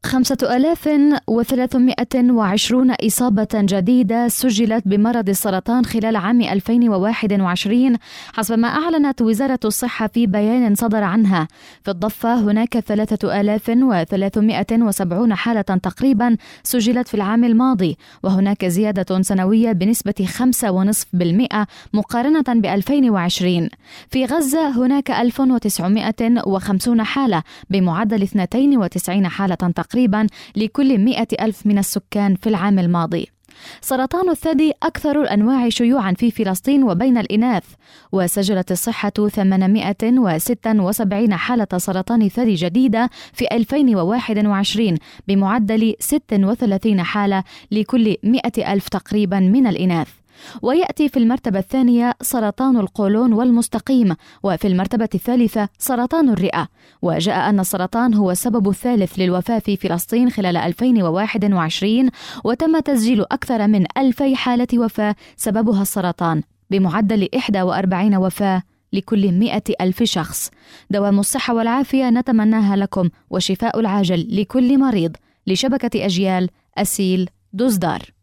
5320 إصابة جديدة سجلت بمرض السرطان خلال عام 2021 حسب ما أعلنت وزارة الصحة في بيان صدر عنها. في الضفة هناك 3370 حالة تقريبا سجلت في العام الماضي، وهناك زيادة سنوية بنسبة 5.5% مقارنة ب 2020. في غزة هناك 1950 حالة بمعدل 92 حالة تقريبا لكل 100,000 من السكان في العام الماضي. سرطان الثدي أكثر الأنواع شيوعا في فلسطين وبين الإناث، وسجلت الصحة 876 حالة سرطان ثدي جديدة في 2021 بمعدل 36 حالة لكل 100,000 تقريبا من الإناث. ويأتي في المرتبة الثانية سرطان القولون والمستقيم، وفي المرتبة الثالثة سرطان الرئة. وجاء أن السرطان هو السبب الثالث للوفاة في فلسطين خلال 2021، وتم تسجيل أكثر من 2000 حالة وفاة سببها السرطان بمعدل 41 وفاة لكل 100,000 شخص. دوام الصحة والعافية نتمناها لكم، وشفاء العاجل لكل مريض. لشبكة أجيال، أسيل دوزدار.